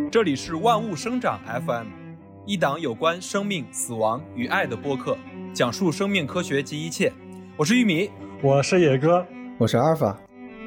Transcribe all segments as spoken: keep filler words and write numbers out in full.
这里是万物生长 F M， 一档有关生命、死亡与爱的播客，讲述生命科学及一切。我是玉米， 我是野哥， 我是阿尔法。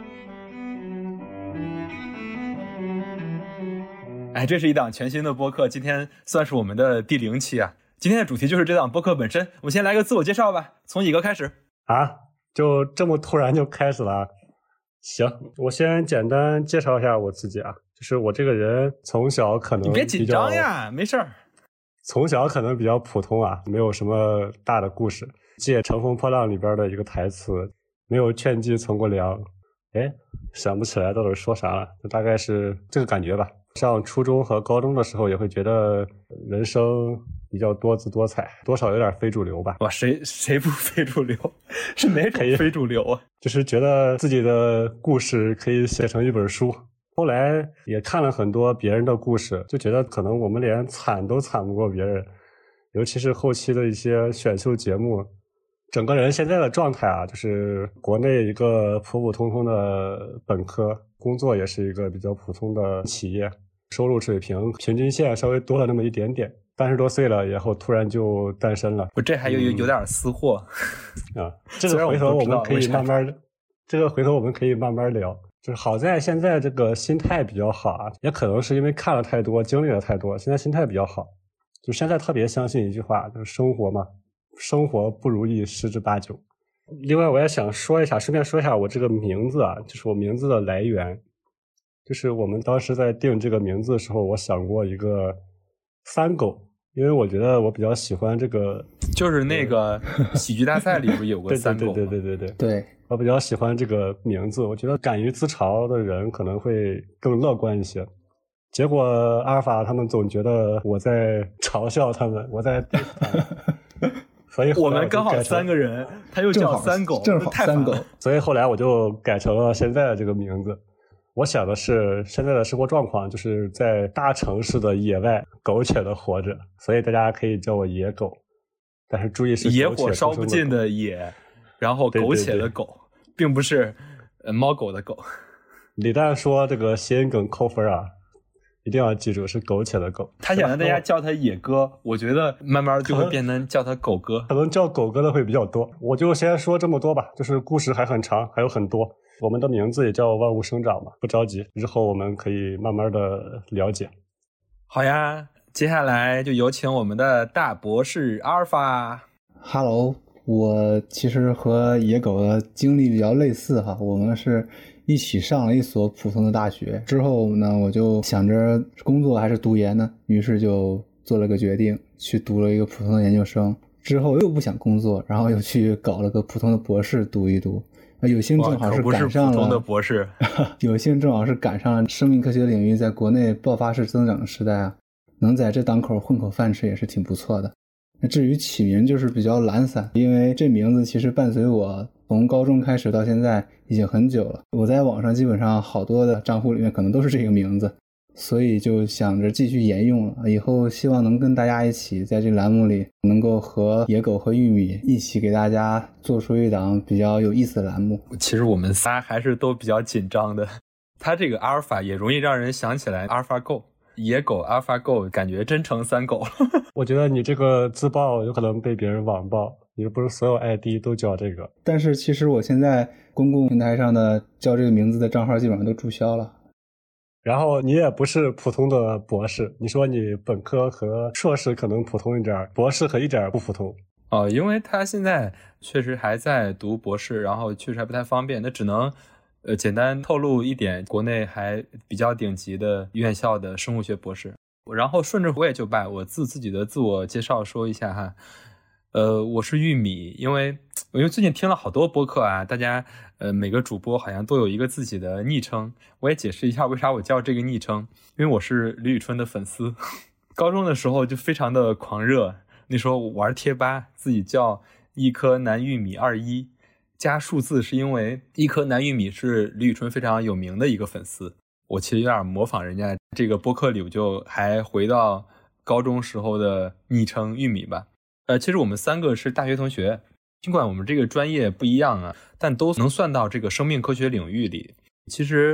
哎，这是一档全新的播客，今天算是我们的第零期啊。今天的主题就是这档播客本身，我们先来个自我介绍吧，从野哥开始。 啊，就这么突然就开始了？行，我先简单介绍一下我自己啊，就是我这个人从小可能你别紧张呀，没事儿。 从小可能比较普通啊，没有什么大的故事。借《乘风破浪》里边的一个台词，没有劝剂从过粮。哎，想不起来到底说啥了，就大概是这个感觉吧。上初中和高中的时候也会觉得人生比较多姿多彩，多少有点非主流吧。 哇，谁谁不非主流？是哪种非主流啊？ 就是觉得自己的故事可以写成一本书。后来也看了很多别人的故事，就觉得可能我们连惨都惨不过别人，尤其是后期的一些选秀节目。整个人现在的状态啊，就是国内一个普普通通的本科，工作也是一个比较普通的企业，收入水平平均线稍微多了那么一点点。三十多岁了以后突然就单身了。 我这还有有有点私货、 嗯、啊，这个回头我们可以慢慢这个回头我们可以慢慢聊。就是好在现在这个心态比较好啊，也可能是因为看了太多经历了太多，现在心态比较好。就现在特别相信一句话，就是生活嘛，生活不如意十之八九。另外我也想说一下，顺便说一下我这个名字啊，就是我名字的来源。就是我们当时在定这个名字的时候，我想过一个三狗，因为我觉得我比较喜欢这个， 就是那个喜剧大赛里不有个三狗吗？ 对对对对对对对， 我比较喜欢这个名字，我觉得敢于自嘲的人可能会更乐观一些。结果阿尔法他们总觉得我在嘲笑他们，我在对他们所以我们刚好三个人，他又叫三狗， 正好三狗， 所以后来我就改成了现在的这个名字。我想的是现在的生活状况就是在大城市的野外苟且的活着，所以大家可以叫我野狗，但是注意是野火烧不尽的野，然后苟且的狗，对对对，并不是呃猫狗的狗。 李诞说这个谐音梗扣分啊，一定要记住是苟且的狗。 他想让大家叫他野哥，我觉得慢慢就会变成叫他狗哥， 可能叫狗哥的会比较多。我就先说这么多吧，就是故事还很长，还有很多。我们的名字也叫万物生长嘛，不着急，日后我们可以慢慢的了解。 好呀，接下来就有请我们的大博士阿尔法。 Hello， 我其实和野狗的经历比较类似哈，我们是一起上了一所普通的大学，之后呢，我就想着工作还是读研呢，于是就做了个决定，去读了一个普通的研究生，之后又不想工作，然后又去搞了个普通的博士读一读。有幸正好是赶上了， 不是普通的博士有幸正好是赶上了生命科学领域在国内爆发式增长的时代啊，能在这档口混口饭吃也是挺不错的。那至于起名就是比较懒散，因为这名字其实伴随我从高中开始到现在已经很久了，我在网上基本上好多的账户里面可能都是这个名字，所以就想着继续沿用了，以后希望能跟大家一起在这栏目里能够和野狗和玉米一起给大家做出一档比较有意思的栏目。 其实我们仨还是都比较紧张的，他这个阿尔法也容易让人想起来阿尔法 Go， 野狗阿尔法 Go 感觉真成三狗了。 我觉得你这个自爆有可能被别人网暴，你不是所有 I D 都叫这个。 但是其实我现在公共平台上的叫这个名字的账号基本上都注销了。 然后你也不是普通的博士，你说你本科和硕士可能普通一点，博士可一点不普通。 哦，因为他现在确实还在读博士，然后确实还不太方便，那只能呃简单透露一点，国内还比较顶级的院校的生物学博士。然后顺着我也就把我自自己的自我介绍说一下哈。呃，我是玉米，因为因为最近听了好多播客啊，大家呃每个主播好像都有一个自己的昵称，我也解释一下为啥我叫这个昵称，因为我是李宇春的粉丝，高中的时候就非常的狂热，那时候玩贴吧，自己叫一颗南玉米二一，加数字是因为一颗南玉米是李宇春非常有名的一个粉丝，我其实有点模仿人家，这个播客里我就还回到高中时候的昵称玉米吧。呃，其实我们三个是大学同学，尽管我们这个专业不一样啊，但都能算到这个生命科学领域里。其实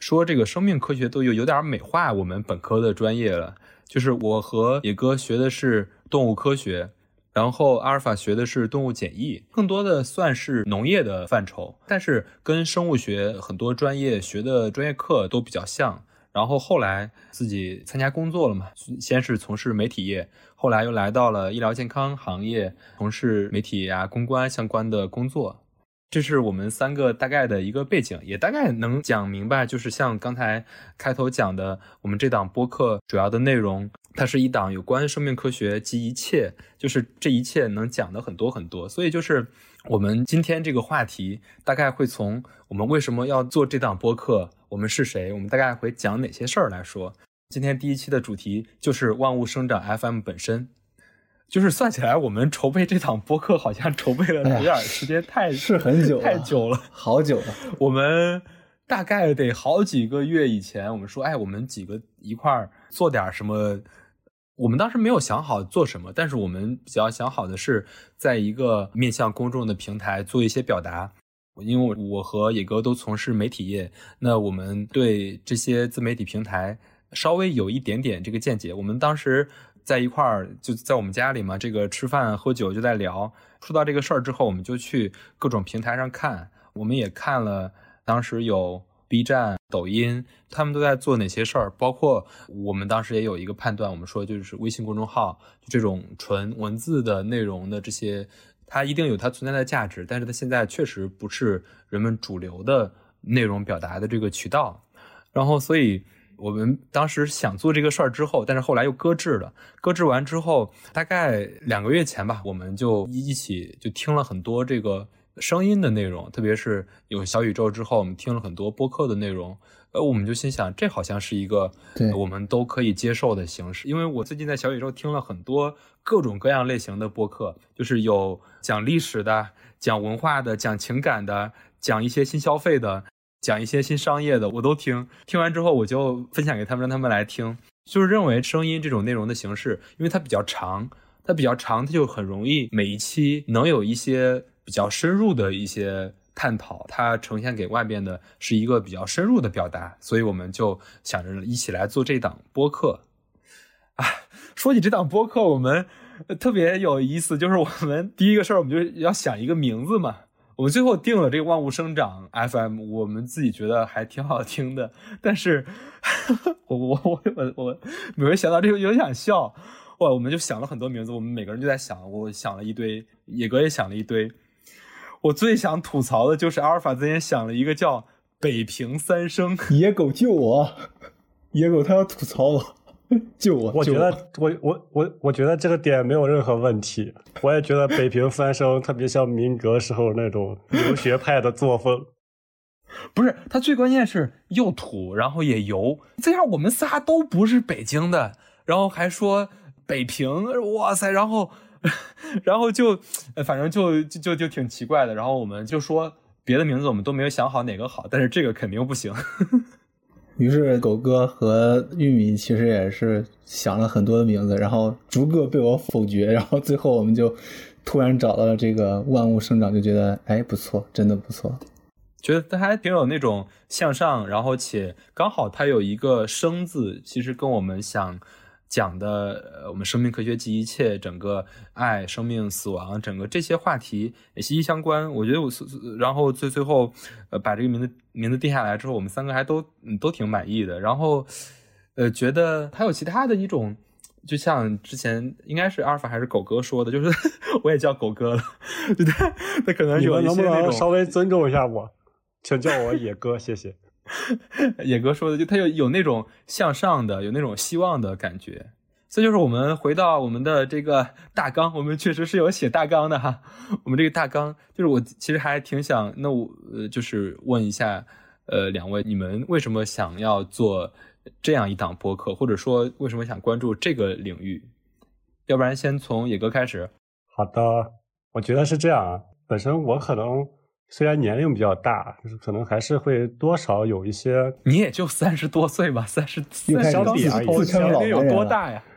说这个生命科学都有有点美化我们本科的专业了。就是我和野哥学的是动物科学，然后阿尔法学的是动物检疫，更多的算是农业的范畴，但是跟生物学很多专业学的专业课都比较像。然后后来自己参加工作了嘛，先是从事媒体业，后来又来到了医疗健康行业，从事媒体啊、公关相关的工作。这是我们三个大概的一个背景，也大概能讲明白，就是像刚才开头讲的，我们这档播客主要的内容，它是一档有关生命科学及一切，就是这一切能讲的很多很多。所以就是我们今天这个话题大概会从我们为什么要做这档播客，我们是谁，我们大概会讲哪些事儿来说。今天第一期的主题就是万物生长 F M 本身。就是算起来，我们筹备这档播客好像筹备了有点时间太、哎、 是很久太久了， 好久了。 我们大概得好几个月以前，我们说，哎，我们几个一块儿做点什么。我们当时没有想好做什么，但是我们比较想好的是，在一个面向公众的平台做一些表达。因为我和野哥都从事媒体业，那我们对这些自媒体平台稍微有一点点这个见解。我们当时在一块儿就在我们家里嘛，这个吃饭喝酒就在聊，说到这个事儿之后，我们就去各种平台上看，我们也看了当时有 B 站、抖音，他们都在做哪些事儿，包括我们当时也有一个判断，我们说就是微信公众号这种纯文字的内容的这些，它一定有它存在的价值，但是它现在确实不是人们主流的内容表达的这个渠道。然后所以我们当时想做这个事儿之后，但是后来又搁置了。搁置完之后，大概两个月前吧，我们就一起就听了很多这个声音的内容，特别是有小宇宙之后，我们听了很多播客的内容。呃，我们就心想，这好像是一个我们都可以接受的形式。因为我最近在小宇宙听了很多各种各样类型的播客，就是有讲历史的、讲文化的、讲情感的、讲一些新消费的。讲一些新商业的我都听，听完之后我就分享给他们，让他们来听。就是认为声音这种内容的形式，因为它比较长，它比较长，它就很容易每一期能有一些比较深入的一些探讨，它呈现给外边的是一个比较深入的表达，所以我们就想着一起来做这档播客。啊，说起这档播客，我们特别有意思，就是我们第一个事儿，我们就要想一个名字嘛。我们最后定了这个万物生长 F M， 我们自己觉得还挺好听的，但是我我我我我每回想到这个有点想笑。哇，我们就想了很多名字，我们每个人就在想，我想了一堆，野哥也想了一堆。我最想吐槽的就是阿尔法之前想了一个叫北平三生。 野狗救我，野狗他要吐槽我。救我！ 我觉得我我我我觉得这个点没有任何问题。我也觉得北平三生特别像民革时候那种留学派的作风。 不是，他最关键是又土，然后也油。这样我们仨都不是北京的，然后还说北平，哇塞，然后然后就反正就就就就挺奇怪的。然后我们就说别的名字我们都没有想好哪个好，但是这个肯定不行。 于是狗哥和玉米其实也是想了很多的名字，然后逐个被我否决，然后最后我们就突然找到了这个万物生长，就觉得哎不错，真的不错， 觉得它还挺有那种向上，然后且刚好它有一个生字，其实跟我们想讲的我们生命科学及一切，整个爱、生命、死亡，整个这些话题也息息相关。我觉得我然后最最后呃把这个名字名字定下来之后，我们三个还都嗯都挺满意的。然后呃觉得还有其他的一种，就像之前应该是阿尔法还是狗哥说的，就是我也叫狗哥了，对对，那可能有一些那种， 你们能不能稍微尊重一下我，请叫我野哥，谢谢。 野哥说的，就他有有那种向上的，有那种希望的感觉。这就是我们回到我们的这个大纲，我们确实是有写大纲的哈。我们这个大纲就是我其实还挺想，那我呃就是问一下呃两位，你们为什么想要做这样一档播客，或者说为什么想关注这个领域？要不然先从野哥开始。 好的，我觉得是这样啊。本身我可能虽然年龄比较大，就是可能还是会多少有一些。 你也就三十多岁吧，三十相比而言， 年龄有多大呀？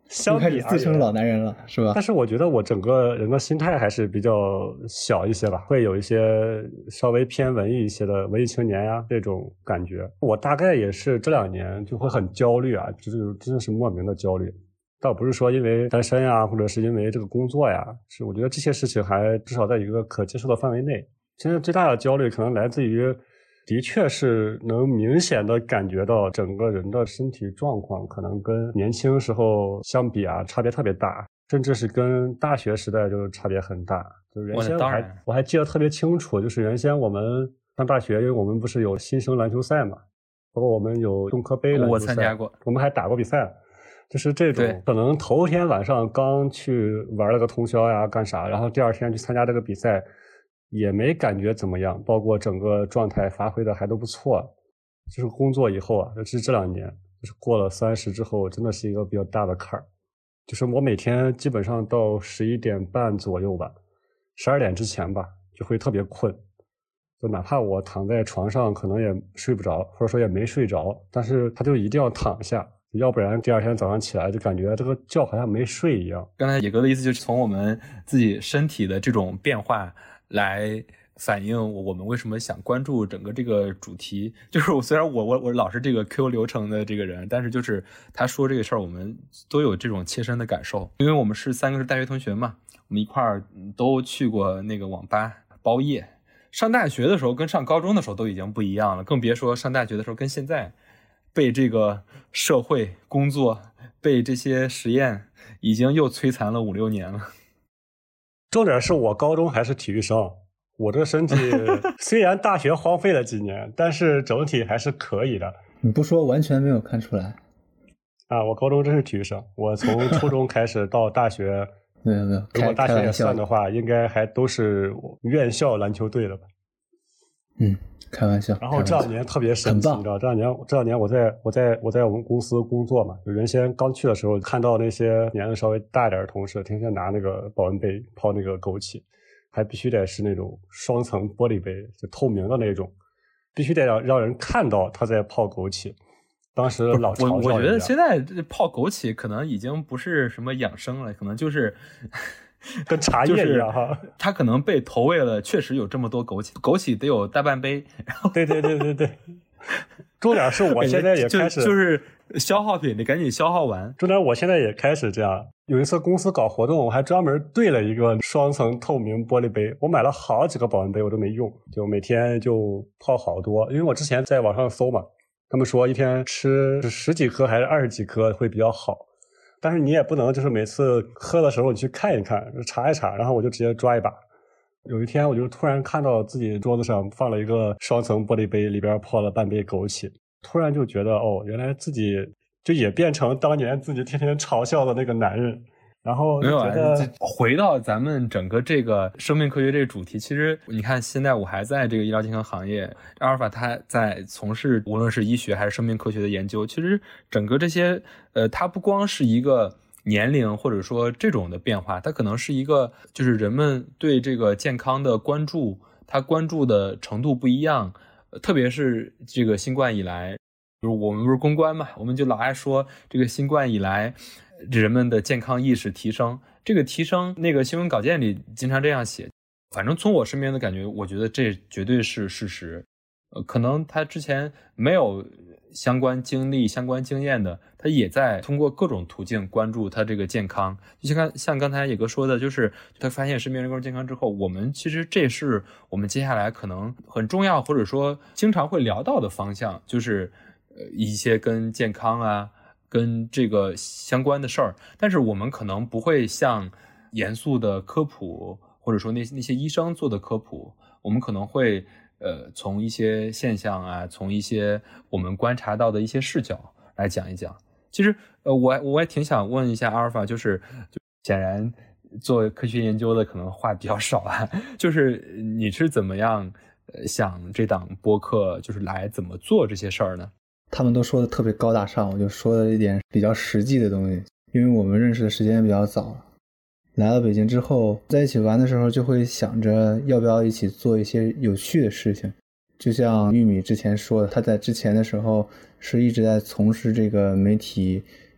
相比自称老男人了，是吧？ 但是我觉得我整个人的心态还是比较小一些吧，会有一些稍微偏文艺一些的文艺青年呀这种感觉。我大概也是这两年就会很焦虑啊，就是真的是莫名的焦虑。倒不是说因为单身呀，或者是因为这个工作呀，是我觉得这些事情还至少在一个可接受的范围内。现在最大的焦虑可能来自于，的确是能明显的感觉到整个人的身体状况可能跟年轻时候相比啊，差别特别大，甚至是跟大学时代就差别很大。就原先我还我还记得特别清楚，就是原先我们上大学，因为我们不是有新生篮球赛嘛，包括我们有中科杯篮球赛， 我参加过， 我们还打过比赛。就是这种可能头天晚上刚去玩了个通宵呀干啥，然后第二天去参加这个比赛也没感觉怎么样，包括整个状态发挥的还都不错。就是工作以后啊，就是这两年就是过了三十之后，真的是一个比较大的坎儿。就是我每天基本上到十一点半左右吧，十二点之前吧就会特别困，就哪怕我躺在床上可能也睡不着，或者说也没睡着，但是他就一定要躺下，要不然第二天早上起来就感觉这个觉好像没睡一样。 刚才野哥的意思就是从我们自己身体的这种变化来反映我们为什么想关注整个这个主题。就是我虽然我我我老是这个 Q 流程的这个人，但是就是他说这个事儿我们都有这种切身的感受。因为我们是三个是大学同学嘛，我们一块儿都去过那个网吧包夜。上大学的时候跟上高中的时候都已经不一样了，更别说上大学的时候跟现在被这个社会工作被这些实验已经又摧残了五六年了。 重点是我高中还是体育生，我这身体虽然大学荒废了几年，但是整体还是可以的。 你不说完全没有看出来啊！我高中真是体育生，我从初中开始到大学没有没有， 如果大学也算的话，应该还都是院校篮球队的吧。 嗯，开玩笑。 然后这两年特别神奇，你知道，这两年这两年我在我在我在我们公司工作嘛，就原先刚去的时候，看到那些年龄稍微大一点的同事，天天拿那个保温杯泡那个枸杞，还必须得是那种双层玻璃杯，就透明的那种，必须得让让人看到他在泡枸杞。当时老嘲笑我我觉得现在泡枸杞可能已经不是什么养生了，可能就是跟茶叶一样哈。 就是、它可能被投喂了，确实有这么多枸杞，枸杞得有大半杯。然后对对对对对。重点是我现在也开始就就是消耗品，得赶紧消耗完。 重点我现在也开始这样。有一次公司搞活动，我还专门兑了一个双层透明玻璃杯，我买了好几个保温杯，我都没用，就每天就泡好多。因为我之前在网上搜嘛，他们说一天吃十几颗还是二十几颗会比较好，但是你也不能就是每次喝的时候你去看一看查一查，然后我就直接抓一把。有一天我就突然看到自己桌子上放了一个双层玻璃杯，里边泡了半杯枸杞，突然就觉得哦，原来自己就也变成当年自己天天嘲笑的那个男人。然后没有啊，回到咱们整个这个生命科学这个主题，其实你看现在我还在这个医疗健康行业，阿尔法他在从事无论是医学还是生命科学的研究，其实整个这些呃，它不光是一个年龄或者说这种的变化，它可能是一个就是人们对这个健康的关注，它关注的程度不一样，特别是这个新冠以来，就是我们不是公关嘛，我们就老爱说这个新冠以来人们的健康意识提升，这个提升那个新闻稿件里经常这样写，反正从我身边的感觉，我觉得这绝对是事实。呃，可能他之前没有相关经历、相关经验的，他也在通过各种途径关注他这个健康。就像像刚才野哥说的，就是他发现身边人更健康之后，我们其实这是我们接下来可能很重要，或者说经常会聊到的方向，就是呃一些跟健康啊。跟这个相关的事儿，但是我们可能不会像严肃的科普，或者说那那些医生做的科普，我们可能会呃从一些现象啊，从一些我们观察到的一些视角来讲一讲。其实呃我我也挺想问一下阿尔法，就是就显然做科学研究的可能话比较少啊，就是你是怎么样想这档播客就是来怎么做这些事儿呢？ 他们都说的特别高大上，我就说了一点比较实际的东西。因为我们认识的时间比较早，来到北京之后在一起玩的时候就会想着要不要一起做一些有趣的事情。就像玉米之前说的，他在之前的时候是一直在从事这个媒体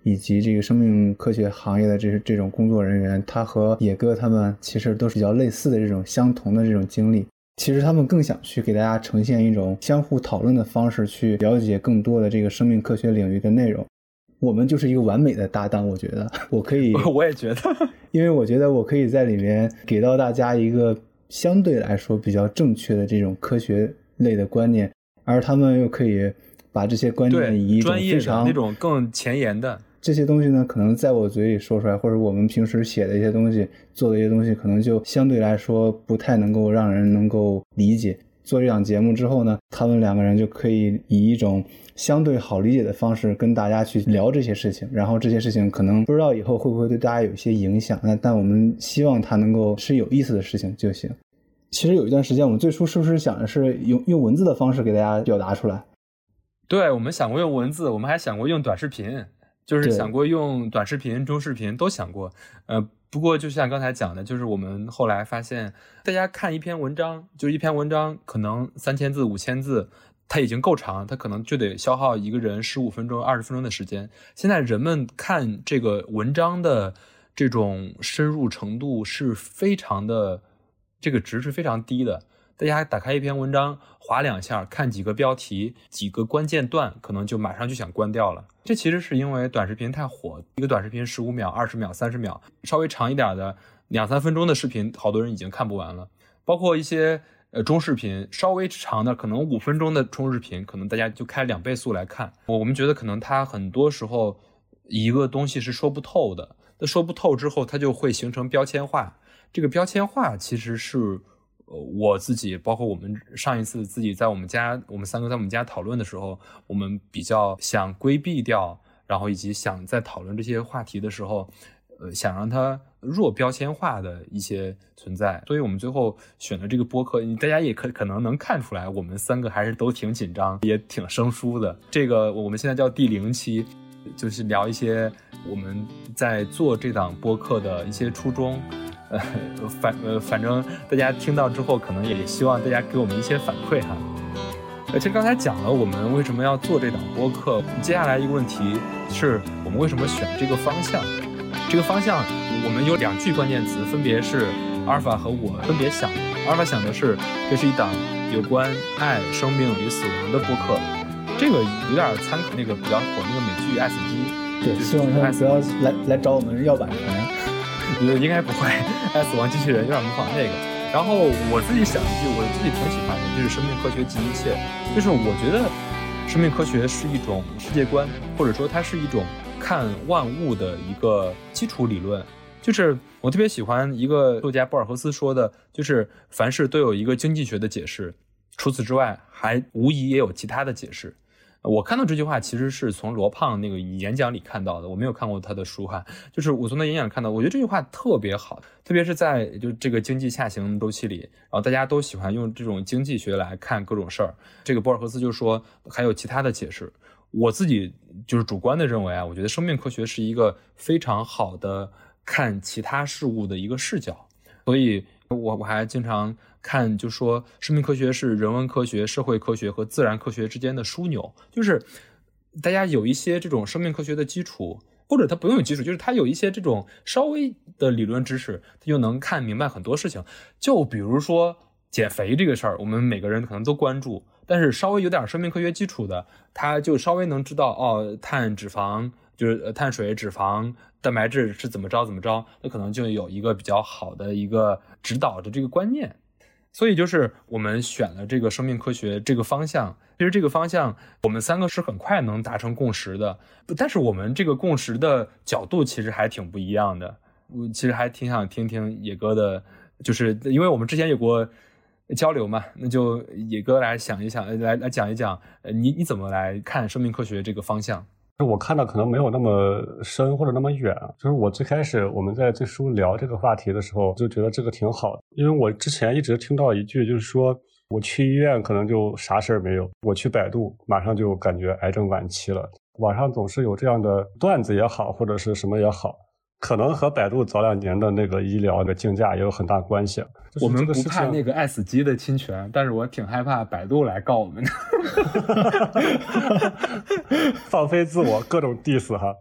以及这个生命科学行业的这这种工作人员，他和野哥他们其实都是比较类似的这种相同的这种经历。其实他们更想去给大家呈现一种相互讨论的方式，去了解更多的这个生命科学领域的内容。我们就是一个完美的搭档，我觉得我可以我也觉得因为我觉得我可以在里面给到大家一个相对来说比较正确的这种科学类的观念，而他们又可以把这些观念以一种非常那种更前沿的这些东西呢，可能在我嘴里说出来，或者我们平时写的一些东西做的一些东西，可能就相对来说不太能够让人能够理解。做这档节目之后呢，他们两个人就可以以一种相对好理解的方式跟大家去聊这些事情，然后这些事情可能不知道以后会不会对大家有一些影响，那但我们希望它能够是有意思的事情就行。其实有一段时间我们最初是不是想的是用用文字的方式给大家表达出来？ 对，我们想过用文字，我们还想过用短视频，就是想过用短视频、中视频都想过。呃，不过就像刚才讲的，就是我们后来发现，大家看一篇文章，就是一篇文章可能三千字、五千字，它已经够长，它可能就得消耗一个人十五分钟、二十分钟的时间。现在人们看这个文章的这种深入程度是非常的，这个值是非常低的。大家打开一篇文章，划两下，看几个标题，几个关键段，可能就马上就想关掉了。这其实是因为短视频太火，一个短视频十五秒、二十秒、三十秒，稍微长一点的两三分钟的视频，好多人已经看不完了。包括一些呃中视频，稍微长的可能五分钟的中视频，可能大家就开两倍速来看。我们觉得可能它很多时候一个东西是说不透的，那说不透之后，它就会形成标签化。这个标签化其实是我自己包括我们上一次自己在我们家我们三个在我们家讨论的时候，我们比较想规避掉，然后以及想在讨论这些话题的时候呃，想让它弱标签化的一些存在。所以我们最后选了这个播客，大家也可可能能看出来我们三个还是都挺紧张也挺生疏的。这个我们现在叫第零期，就是聊一些我们在做这档播客的一些初衷。呃，反呃，反正大家听到之后，可能也希望大家给我们一些反馈哈。而且刚才讲了我们为什么要做这档播客，接下来一个问题是我们为什么选这个方向？这个方向我们有两句关键词，分别是阿尔法和我分别想的。阿尔法想的是这是一档有关爱、生命与死亡的播客，这个有点参考那个比较火那个美剧《爱死机》。 对，希望他不要来来找我们要版权。 应该不会，爱死亡机器人有点模仿那个。然后我自己想一句，我自己挺喜欢的，就是生命科学即一切。就是我觉得生命科学是一种世界观，或者说它是一种看万物的一个基础理论。就是我特别喜欢一个作家博尔赫斯说的，就是凡事都有一个经济学的解释，除此之外还无疑也有其他的解释。我看到这句话其实是从罗胖那个演讲里看到的，我没有看过他的书哈，就是我从他演讲看到，我觉得这句话特别好，特别是在就这个经济下行周期里，然后大家都喜欢用这种经济学来看各种事儿，这个博尔赫斯就说还有其他的解释。我自己就是主观的认为啊，我觉得生命科学是一个非常好的看其他事物的一个视角，所以我我还经常看，就说生命科学是人文科学、社会科学和自然科学之间的枢纽，就是大家有一些这种生命科学的基础，或者它不用有基础，就是它有一些这种稍微的理论知识，它就能看明白很多事情。就比如说减肥这个事儿，我们每个人可能都关注，但是稍微有点生命科学基础的，他就稍微能知道哦，碳、脂肪就是碳水、脂肪、蛋白质是怎么着怎么着，那可能就有一个比较好的一个指导的这个观念。所以就是我们选了这个生命科学这个方向，其实这个方向我们三个是很快能达成共识的，但是我们这个共识的角度其实还挺不一样的。我其实还挺想听听野哥的，就是因为我们之前有过交流嘛，那就野哥来想一想，来来讲一讲，你你怎么来看生命科学这个方向？ 我看的可能没有那么深或者那么远，就是我最开始我们在最初聊这个话题的时候就觉得这个挺好的，因为我之前一直听到一句，就是说我去医院可能就啥事儿没有，我去百度马上就感觉癌症晚期了。网上总是有这样的段子也好，或者是什么也好，可能和百度早两年的那个医疗的竞价也有很大关系。 我们不怕那个爱死机的侵权，但是我挺害怕百度来告我们的。 放飞自我，各种 diss 哈。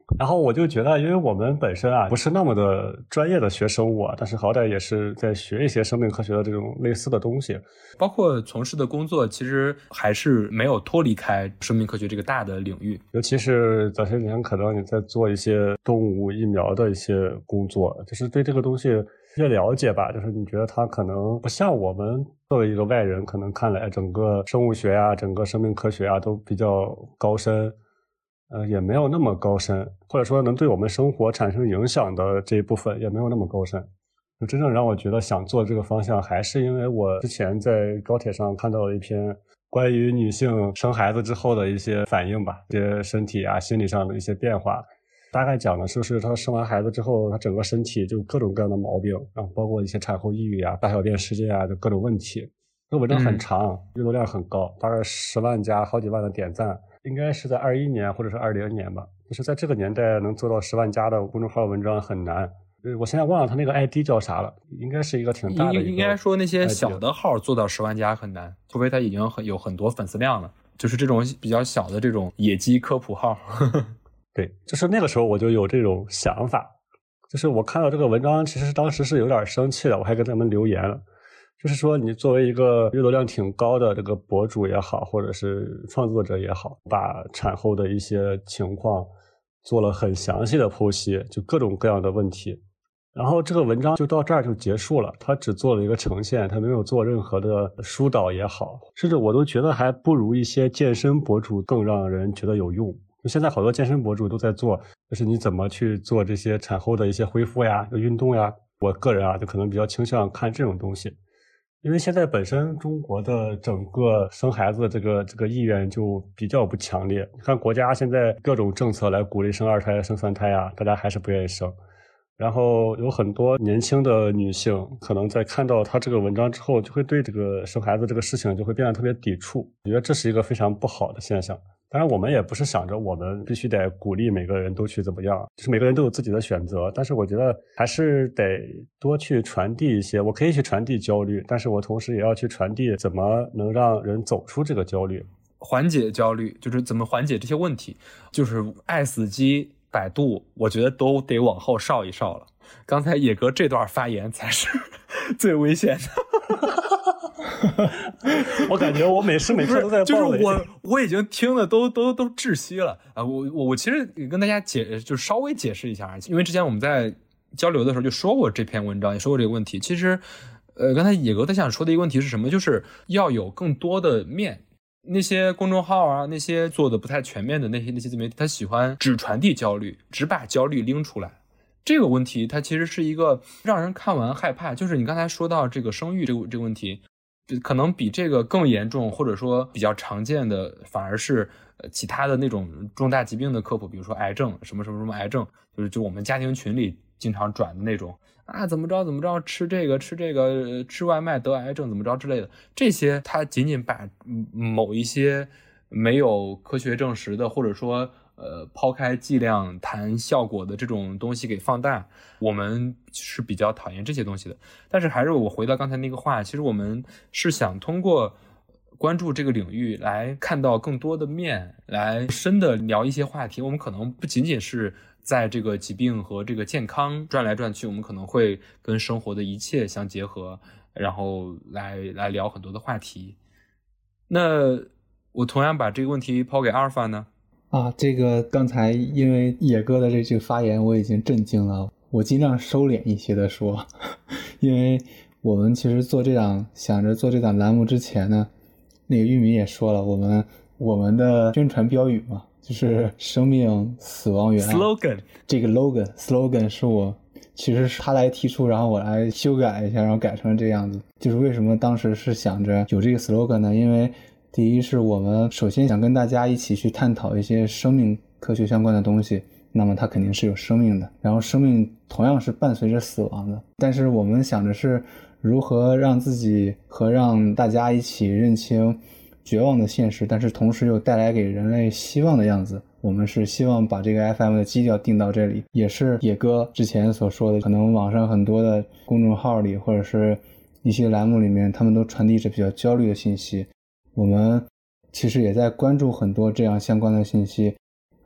然后我就觉得，因为我们本身啊不是那么的专业的学生物啊，但是好歹也是在学一些生命科学的这种类似的东西， 包括从事的工作其实还是没有脱离开生命科学这个大的领域。 尤其是早些年可能你在做一些动物疫苗的一些工作，就是对这个东西越了解吧，就是你觉得它可能不像我们作为一个外人可能看来整个生物学啊整个生命科学啊都比较高深，呃，也没有那么高深，或者说能对我们生活产生影响的这一部分也没有那么高深。就真正让我觉得想做这个方向，还是因为我之前在高铁上看到了一篇关于女性生孩子之后的一些反应吧，一些身体啊心理上的一些变化，大概讲的就是她生完孩子之后，她整个身体就各种各样的毛病，然后包括一些产后抑郁啊大小便失禁啊就各种问题。这个文章很长、嗯、阅读量很高，大概十万加好几万的点赞，应该是在二一年或者是二零年吧，就是在这个年代能做到十万加的公众号文章很难。我现在忘了他那个 I D 叫啥了，应该是一个挺大的一个 I D。 应该说那些小的号做到十万加很难，除非他已经很有很多粉丝量了，就是这种比较小的这种野鸡科普号。 对，就是那个时候我就有这种想法，就是我看到这个文章其实当时是有点生气的，我还跟他们留言了，就是说你作为一个阅读量挺高的这个博主也好，或者是创作者也好，把产后的一些情况做了很详细的剖析，就各种各样的问题，然后这个文章就到这儿就结束了，他只做了一个呈现，他没有做任何的疏导也好，甚至我都觉得还不如一些健身博主更让人觉得有用。就现在好多健身博主都在做，就是你怎么去做这些产后的一些恢复呀运动呀，我个人啊就可能比较倾向看这种东西。因为现在本身中国的整个生孩子的这个这个意愿就比较不强烈，你看国家现在各种政策来鼓励生二胎生三胎啊，大家还是不愿意生。然后有很多年轻的女性可能在看到她这个文章之后，就会对这个生孩子这个事情就会变得特别抵触，我觉得这是一个非常不好的现象。当然我们也不是想着我们必须得鼓励每个人都去怎么样，就是每个人都有自己的选择，但是我觉得还是得多去传递一些，我可以去传递焦虑，但是我同时也要去传递怎么能让人走出这个焦虑， 缓解焦虑，就是怎么缓解这些问题，就是爱死机百度我觉得都得往后稍一稍了，刚才野哥这段发言才是最危险的。 我感觉我每时每刻都在爆雷，就是我我已经听的都都都窒息了啊！我我我其实跟大家解就是稍微解释一下，因为之前我们在交流的时候就说过这篇文章，也说过这个问题。其实，呃，刚才野哥他想说的一个问题是什么？就是要有更多的面。那些公众号啊，那些做的不太全面的那些那些自媒体，他喜欢只传递焦虑，只把焦虑拎出来。这个问题它其实是一个让人看完害怕，就是你刚才说到这个生育这个这个问题。可能比这个更严重，或者说比较常见的反而是呃其他的那种重大疾病的科普，比如说癌症什么什么什么癌症，就是就我们家庭群里经常转的那种啊，怎么着怎么着吃这个吃这个吃外卖得癌症怎么着之类的，这些它仅仅把某一些没有科学证实的，或者说呃，抛开剂量谈效果的这种东西给放大，我们是比较讨厌这些东西的。但是还是我回到刚才那个话，其实我们是想通过关注这个领域来看到更多的面，来深的聊一些话题。我们可能不仅仅是在这个疾病和这个健康转来转去，我们可能会跟生活的一切相结合，然后来来聊很多的话题。那我同样把这个问题抛给阿尔法呢？ 啊，这个刚才因为野哥的这这个发言我已经震惊了，我尽量收敛一些的说，因为我们其实做这档想着做这档栏目之前呢，那个玉米也说了，我们我们的宣传标语嘛，就是生命死亡原案 slogan， 这个 logan slogan 是我其实是他来提出，然后我来修改一下，然后改成这样子。就是为什么当时是想着有这个 slogan 呢？因为第一是我们首先想跟大家一起去探讨一些生命科学相关的东西，那么它肯定是有生命的，然后生命同样是伴随着死亡的，但是我们想着是如何让自己和让大家一起认清绝望的现实，但是同时又带来给人类希望的样子。我们是希望把这个 F M 的基调定到这里，也是野哥之前所说的，可能网上很多的公众号里或者是一些栏目里面，他们都传递着比较焦虑的信息，我们其实也在关注很多这样相关的信息，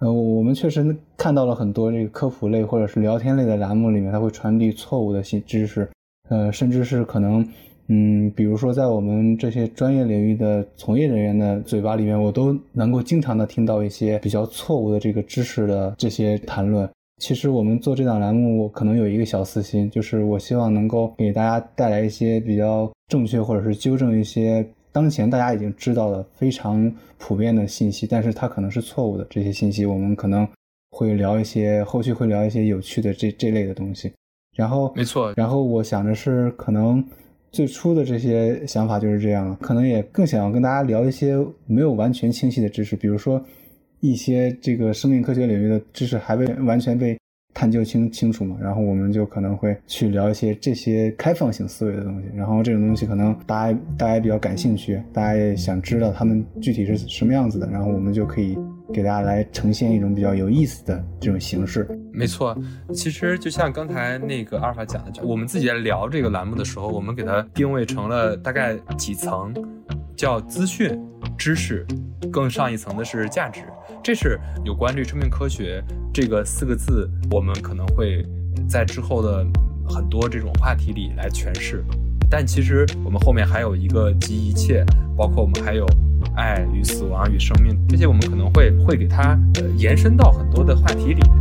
呃，我们确实看到了很多这个科普类或者是聊天类的栏目里面，它会传递错误的信知识，呃，甚至是可能，嗯，比如说在我们这些专业领域的从业人员的嘴巴里面，我都能够经常的听到一些比较错误的这个知识的这些谈论。其实我们做这档栏目可能有一个小私心，就是我希望能够给大家带来一些比较正确或者是纠正一些当前大家已经知道的非常普遍的信息，但是它可能是错误的这些信息，我们可能会聊一些后续会聊一些有趣的这这类的东西。然后没错， 然后我想的是可能最初的这些想法就是这样，可能也更想要跟大家聊一些没有完全清晰的知识，比如说一些这个生命科学领域的知识还未完全被探究清清楚嘛，然后我们就可能会去聊一些这些开放性思维的东西，然后这种东西可能大家大家比较感兴趣，大家也想知道他们具体是什么样子的，然后我们就可以给大家来呈现一种比较有意思的这种形式。 没错，其实就像刚才那个阿尔法讲的，我们自己在聊这个栏目的时候，我们给它定位成了大概几层，叫资讯、知识，更上一层的是价值。这是有关于生命科学这个四个字，我们可能会在之后的很多这种话题里来诠释。但其实我们后面还有一个集一切，包括我们还有爱与死亡与生命，这些我们可能会会给它呃延伸到很多的话题里。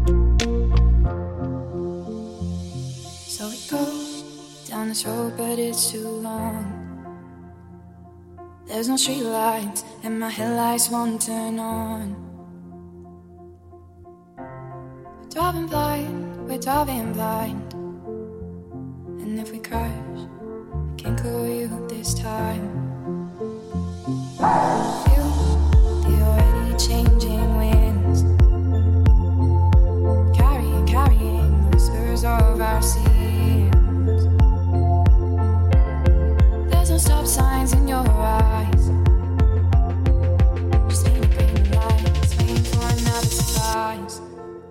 So we go down this road, but it's too long. There's no street lights, and my headlights won't turn on. We're driving blind, we're driving blind. And if we crash, I can't call you this time. Feel the already changing winds, carrying, carrying the whispers of our sins. There's no stop signs in your eyes, just need a green light, waiting for another surprise.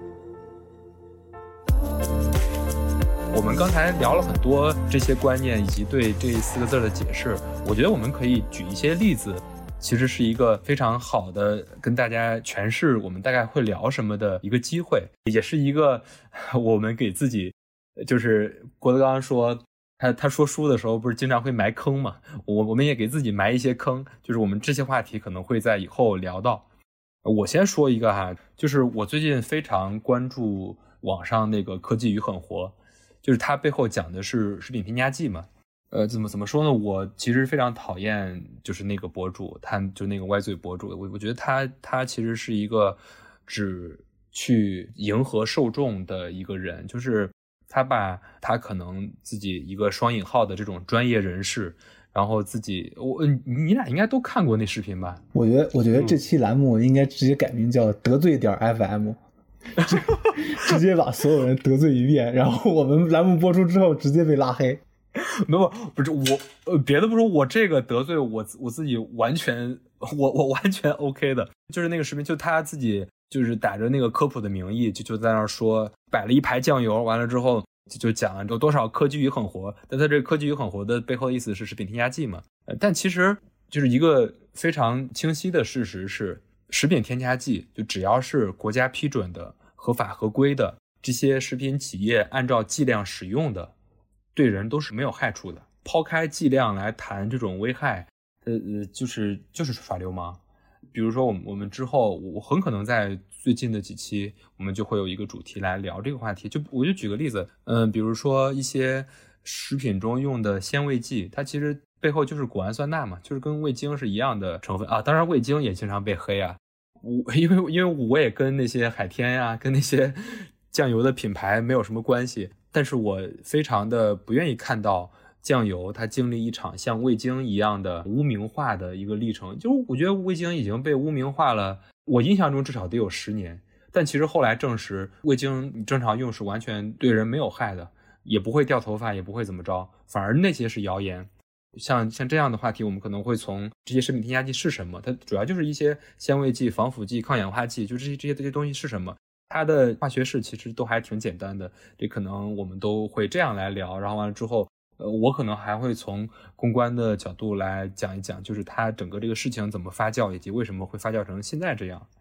我们刚才聊了很多这些观念以及对这四个字的解释，我觉得我们可以举一些例子，其实是一个非常好的跟大家诠释我们大概会聊什么的一个机会，也是一个我们给自己，就是郭德纲说他他说书的时候不是经常会埋坑嘛，我我们也给自己埋一些坑，就是我们这些话题可能会在以后聊到。我先说一个哈，就是我最近非常关注网上那个科技与狠活，就是它背后讲的是食品添加剂嘛。呃，怎么怎么说呢？我其实非常讨厌就是那个博主，他就那个歪嘴博主，我我觉得他他其实是一个只去迎合受众的一个人，就是他把他可能自己一个双引号的这种专业人士，然后自己我你俩应该都看过那视频吧？ 我觉得我觉得这期栏目应该直接改名叫得罪点 F M。直接把所有人得罪一遍，然后我们栏目播出之后直接被拉黑。 没有，不是我，呃，别的不说，我这个得罪我我自己完全，我我完全 OK 的。就是那个视频，就他自己就是打着那个科普的名义，就就在那儿说摆了一排酱油，完了之后就就讲有多少科技与狠活。但他这个科技与狠活的背后的意思是食品添加剂嘛？呃，但其实就是一个非常清晰的事实是，食品添加剂就只要是国家批准的、合法合规的这些食品企业按照剂量使用的，对人都是没有害处的。抛开剂量来谈这种危害，呃呃，就是就是耍流氓。比如说我们我们之后，我很可能在最近的几期，我们就会有一个主题来聊这个话题。就我就举个例子，嗯、呃，比如说一些食品中用的鲜味剂，它其实背后就是谷氨酸钠嘛，就是跟味精是一样的成分啊。当然味精也经常被黑啊，我因为因为我也跟那些海天呀、啊、跟那些酱油的品牌没有什么关系，但是我非常的不愿意看到酱油它经历一场像味精一样的污名化的一个历程。就是我觉得味精已经被污名化了，我印象中至少得有十年，但其实后来证实味精你正常用是完全对人没有害的，也不会掉头发，也不会怎么着，反而那些是谣言。像像这样的话题，我们可能会从这些食品添加剂是什么，它主要就是一些鲜味剂、防腐剂、抗氧化剂，就这些这些这些东西是什么，它的化学式其实都还挺简单的，这可能我们都会这样来聊。然后完了之后，呃，我可能还会从公关的角度来讲一讲，就是它整个这个事情怎么发酵，以及为什么会发酵成现在这样。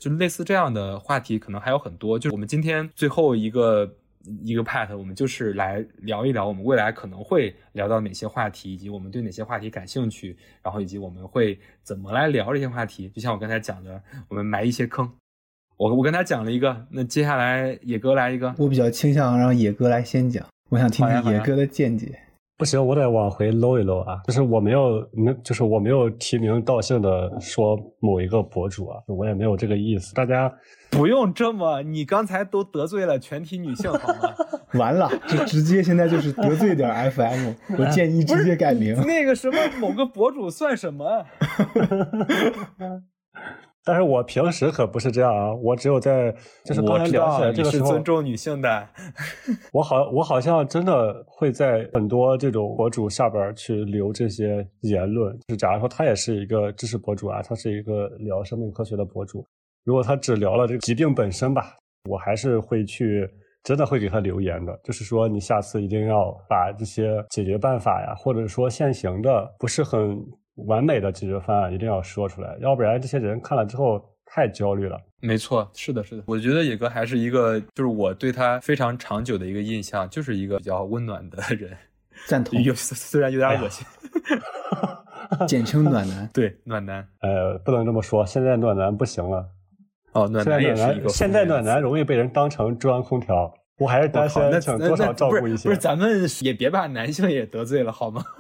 就类似这样的话题可能还有很多。就我们今天最后一个一个 part 我们就是来聊一聊我们未来可能会聊到哪些话题，以及我们对哪些话题感兴趣，然后以及我们会怎么来聊这些话题。就像我刚才讲的，我们埋一些坑。我我跟他讲了一个，那接下来野哥来一个。 我比较倾向让野哥来先讲，我想听听野哥的见解。 不行，我得往回搂一搂啊！就是我没有，没，就是我没有提名道姓的说某一个博主啊，我也没有这个意思。大家不用这么，你刚才都得罪了全体女性，好吗？ 完了，就直接现在就是得罪点 F M， 我建议直接改名。 那个什么某个博主算什么？ 但是我平时可不是这样啊，我只有在就是刚才聊起来这个时候， 我知道你是尊重女性的。 我好，我好像真的会在很多这种博主下边去留这些言论。就是假如说他也是一个知识博主啊，他是一个聊生命科学的博主，如果他只聊了这个疾病本身吧，我还是会去真的会给他留言的。就是说，你下次一定要把这些解决办法呀，或者说现行的不是很完美的解决方案一定要说出来，要不然这些人看了之后太焦虑了。 没错，是的，是的。我觉得野哥还是一个，就是我对他非常长久的一个印象，就是一个比较温暖的人。 赞同。 有虽然有点恶心， 哎、简称暖男。 对，暖男。 呃，不能这么说，现在暖男不行了。 哦，暖男也是一个。 现在暖男容易被人当成中央空调。我还是担心想多少照顾一些。 不是，咱们也别把男性也得罪了好吗？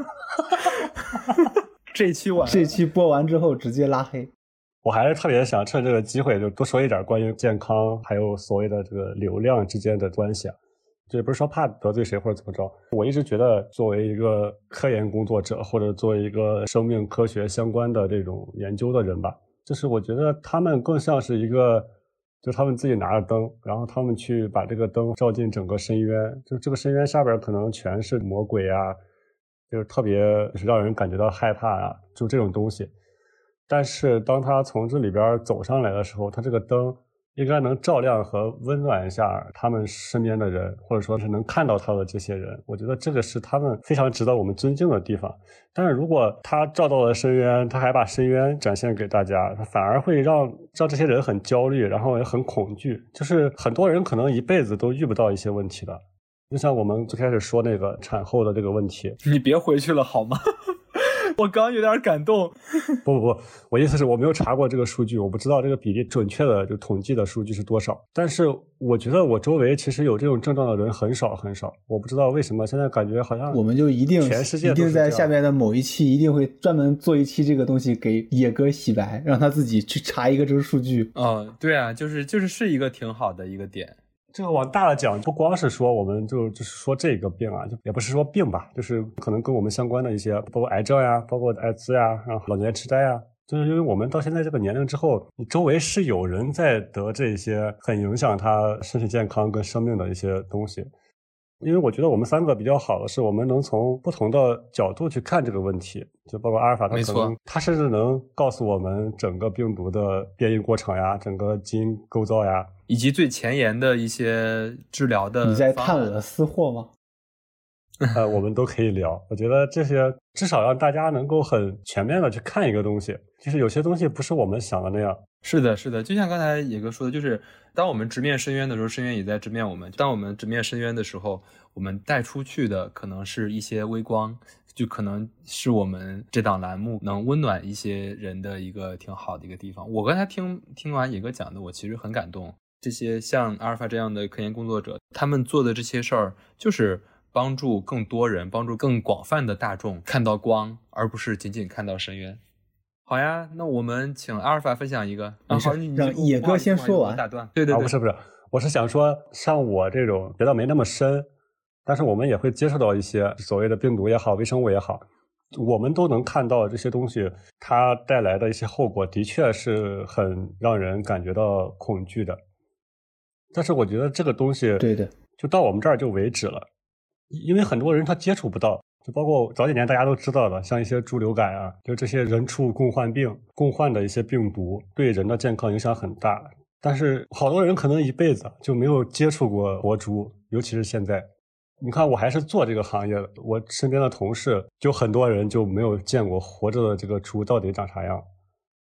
这一期完， 这期播完之后直接拉黑。 我还是特别想趁这个机会就多说一点关于健康还有所谓的这个流量之间的关系啊。这也不是说怕得罪谁或者怎么着，我一直觉得作为一个科研工作者或者作为一个生命科学相关的这种研究的人吧，就是我觉得他们更像是一个，就他们自己拿着灯，然后他们去把这个灯照进整个深渊，就这个深渊下边可能全是魔鬼啊，就是特别就是让人感觉到害怕啊，就这种东西。但是当他从这里边走上来的时候，他这个灯应该能照亮和温暖一下他们身边的人，或者说是能看到他的这些人。我觉得这个是他们非常值得我们尊敬的地方。但是如果他照到了深渊，他还把深渊展现给大家，他反而会让让这些人很焦虑，然后也很恐惧。就是很多人可能一辈子都遇不到一些问题的。就像我们最开始说那个产后的这个问题， 你别回去了好吗？我刚有点感动。 不不不，我意思是我没有查过这个数据，我不知道这个比例准确的就统计的数据是多少。但是我觉得我周围其实有这种症状的人很少很少，我不知道为什么现在感觉好像我们就一定全世界一定在下面的某一期一定会专门做一期这个东西给野哥洗白，让他自己去查一个这个数据。 哦，对啊，就是就是是一个挺好的一个点。 这个往大了讲，不光是说我们就就是说这个病啊，就也不是说病吧，就是可能跟我们相关的一些，包括癌症呀，包括艾滋呀，然后老年痴呆呀，就是因为我们到现在这个年龄之后，你周围是有人在得这些很影响他身体健康跟生命的一些东西。因为我觉得我们三个比较好的是，我们能从不同的角度去看这个问题，就包括阿尔法，它可能它甚至能告诉我们整个病毒的变异过程呀，整个基因构造呀， 以及最前沿的一些治疗的。 你在探我的私货吗？ 呃，我们都可以聊。我觉得这些至少让大家能够很全面的去看一个东西，就是有些东西不是我们想的那样。 是的，是的，就像刚才野哥说的，就是当我们直面深渊的时候，深渊也在直面我们。当我们直面深渊的时候，我们带出去的可能是一些微光，就可能是我们这档栏目能温暖一些人的一个挺好的一个地方。我刚才听听完野哥讲的，我其实很感动。这些像阿尔法这样的科研工作者，他们做的这些事儿，就是帮助更多人，帮助更广泛的大众看到光，而不是仅仅看到深渊。好呀，那我们请阿尔法分享一个。 啊、好，让野哥先说完。 打断。对对对、 啊，不是不是，我是想说，像我这种觉得没那么深，但是我们也会接触到一些所谓的病毒也好，微生物也好，我们都能看到这些东西它带来的一些后果，的确是很让人感觉到恐惧的。但是我觉得这个东西， 对的， 就到我们这儿就为止了，因为很多人他接触不到。就包括早几年大家都知道的，像一些猪流感啊，就这些人畜共患病、共患的一些病毒，对人的健康影响很大。但是好多人可能一辈子就没有接触过活猪，尤其是现在。你看，我还是做这个行业的，我身边的同事就很多人就没有见过活着的这个猪到底长啥样。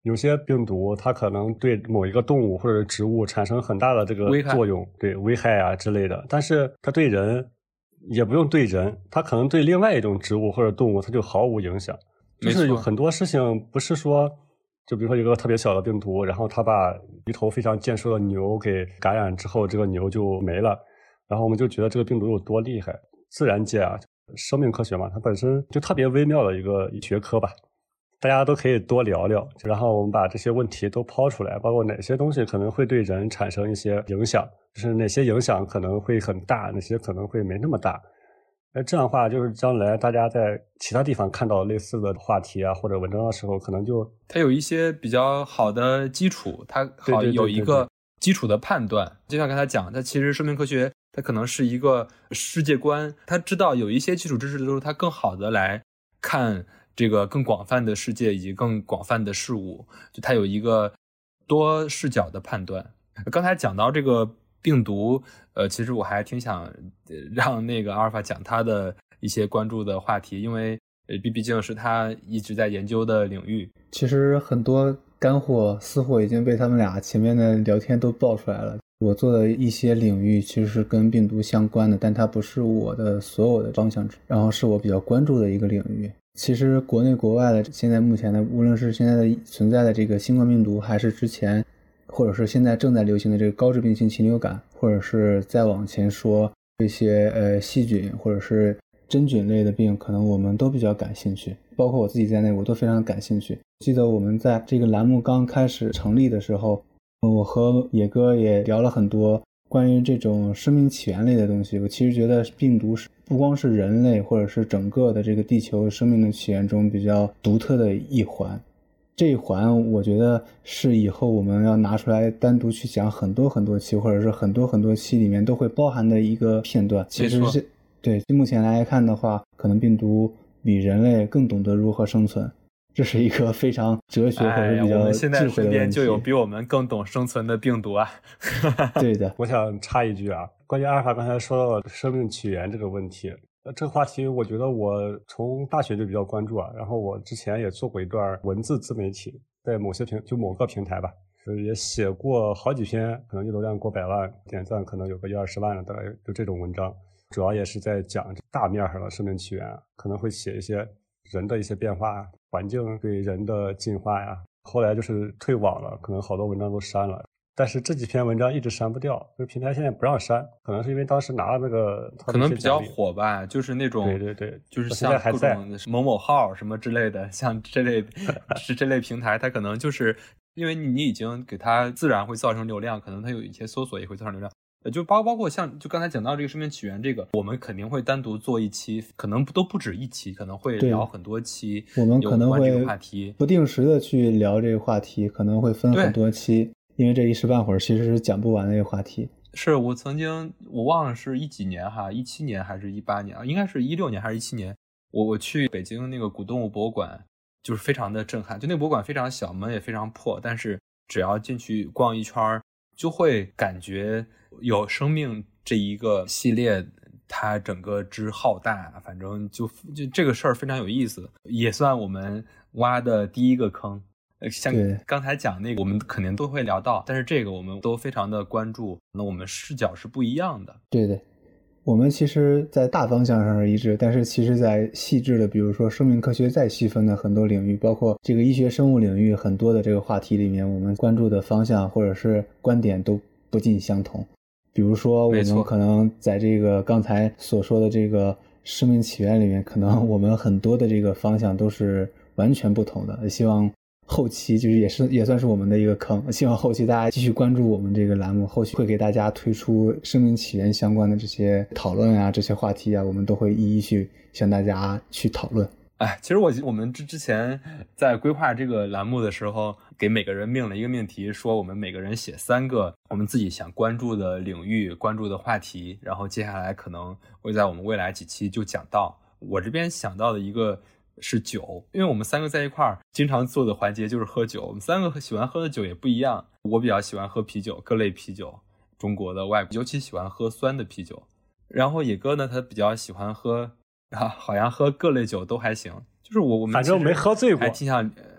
有些病毒它可能对某一个动物或者植物产生很大的这个作用，对危害啊之类的，但是它对人也不用对人，它可能对另外一种植物或者动物它就毫无影响。就是有很多事情不是说就比如说一个特别小的病毒，然后它把一头非常健硕的牛给感染之后，这个牛就没了，然后我们就觉得这个病毒有多厉害。自然界啊，生命科学嘛，它本身就特别微妙的一个学科吧，大家都可以多聊聊，然后我们把这些问题都抛出来，包括哪些东西可能会对人产生一些影响，就是哪些影响可能会很大，哪些可能会没那么大。那这样的话，就是将来大家在其他地方看到类似的话题啊或者文章的时候，可能就它有一些比较好的基础，它好有一个基础的判断。就像刚才讲，它其实生命科学它可能是一个世界观，它知道有一些基础知识的时候，它更好的来看这个更广泛的世界以及更广泛的事物，就它有一个多视角的判断。刚才讲到这个病毒，呃，其实我还挺想让那个阿尔法讲他的一些关注的话题，因为呃，毕竟是他一直在研究的领域。 其实很多干货私货已经被他们俩前面的聊天都爆出来了。我做的一些领域其实是跟病毒相关的，但它不是我的所有的方向，然后是我比较关注的一个领域。其实国内国外的现在目前的，无论是现在的存在的这个新冠病毒，还是之前或者是现在正在流行的这个高致病性禽流感，或者是再往前说这些呃细菌或者是真菌类的病，可能我们都比较感兴趣，包括我自己在内我都非常感兴趣。记得我们在这个栏目刚开始成立的时候，我和野哥也聊了很多关于这种生命起源类的东西。我其实觉得病毒是不光是人类或者是整个的这个地球生命的起源中比较独特的一环，这一环我觉得是以后我们要拿出来单独去讲很多很多期，或者是很多很多期里面都会包含的一个片段。其实是对目前来看的话，可能病毒比人类更懂得如何生存，这是一个非常哲学或者比较智慧的问题。哎、我们现在身边就有比我们更懂生存的病毒啊。 对的， 我想插一句啊，关于阿尔法刚才说到的生命起源这个问题，这个话题我觉得我从大学就比较关注啊，然后我之前也做过一段文字自媒体，在某些平就某个平台吧，也写过好几篇，可能阅读量过百万，点赞可能有个一二十万的，大概就这种文章，主要也是在讲大面上的生命起源，可能会写一些人的一些变化，环境对人的进化呀。后来就是退网了，可能好多文章都删了。但是这几篇文章一直删不掉，就是平台现在不让删，可能是因为当时拿了那个可能比较火吧，就是那种对对对， 就是像各种某某号什么之类的，像这类是这类平台，它可能就是因为你已经给它自然会造成流量，可能它有一些搜索也会造成流量。就包包括像就刚才讲到这个生命起源这个，我们肯定会单独做一期，可能都不止一期，可能会聊很多期， 我们可能会话题不定时的去聊这个话题，可能会分很多期。因为这一时半会儿其实是讲不完的一个话题。 是我曾经我忘了是一几年哈，一七年还是一八年啊？应该是一六年还是一七年？我我去北京那个古动物博物馆，就是非常的震撼。就那个博物馆非常小，门也非常破，但是只要进去逛一圈，就会感觉有生命这一个系列，它整个之浩大，反正就就这个事儿非常有意思，也算我们挖的第一个坑。呃，像刚才讲那个，我们肯定都会聊到，但是这个我们都非常的关注，那我们视角是不一样的。 对的，我们其实在大方向上是一致，但是其实在细致的，比如说生命科学再细分的很多领域，包括这个医学生物领域很多的这个话题里面，我们关注的方向或者是观点都不尽相同。比如说我们可能在这个刚才所说的这个生命起源里面，可能我们很多的这个方向都是完全不同的。希望后期就是也是也算是我们的一个坑，希望后期大家继续关注我们这个栏目，后续会给大家推出生命起源相关的这些讨论啊，这些话题啊，我们都会一一去向大家去讨论。 哎，其实我我们之之前在规划这个栏目的时候，给每个人命了一个命题，说我们每个人写三个我们自己想关注的领域、关注的话题，然后接下来可能会在我们未来几期就讲到。我这边想到的一个是酒，因为我们三个在一块儿经常做的环节就是喝酒，我们三个喜欢喝的酒也不一样。我比较喜欢喝啤酒，各类啤酒，中国的外国，尤其喜欢喝酸的啤酒。然后野哥呢，他比较喜欢喝啊，好像喝各类酒都还行，就是我我们反正没喝醉过， 还挺想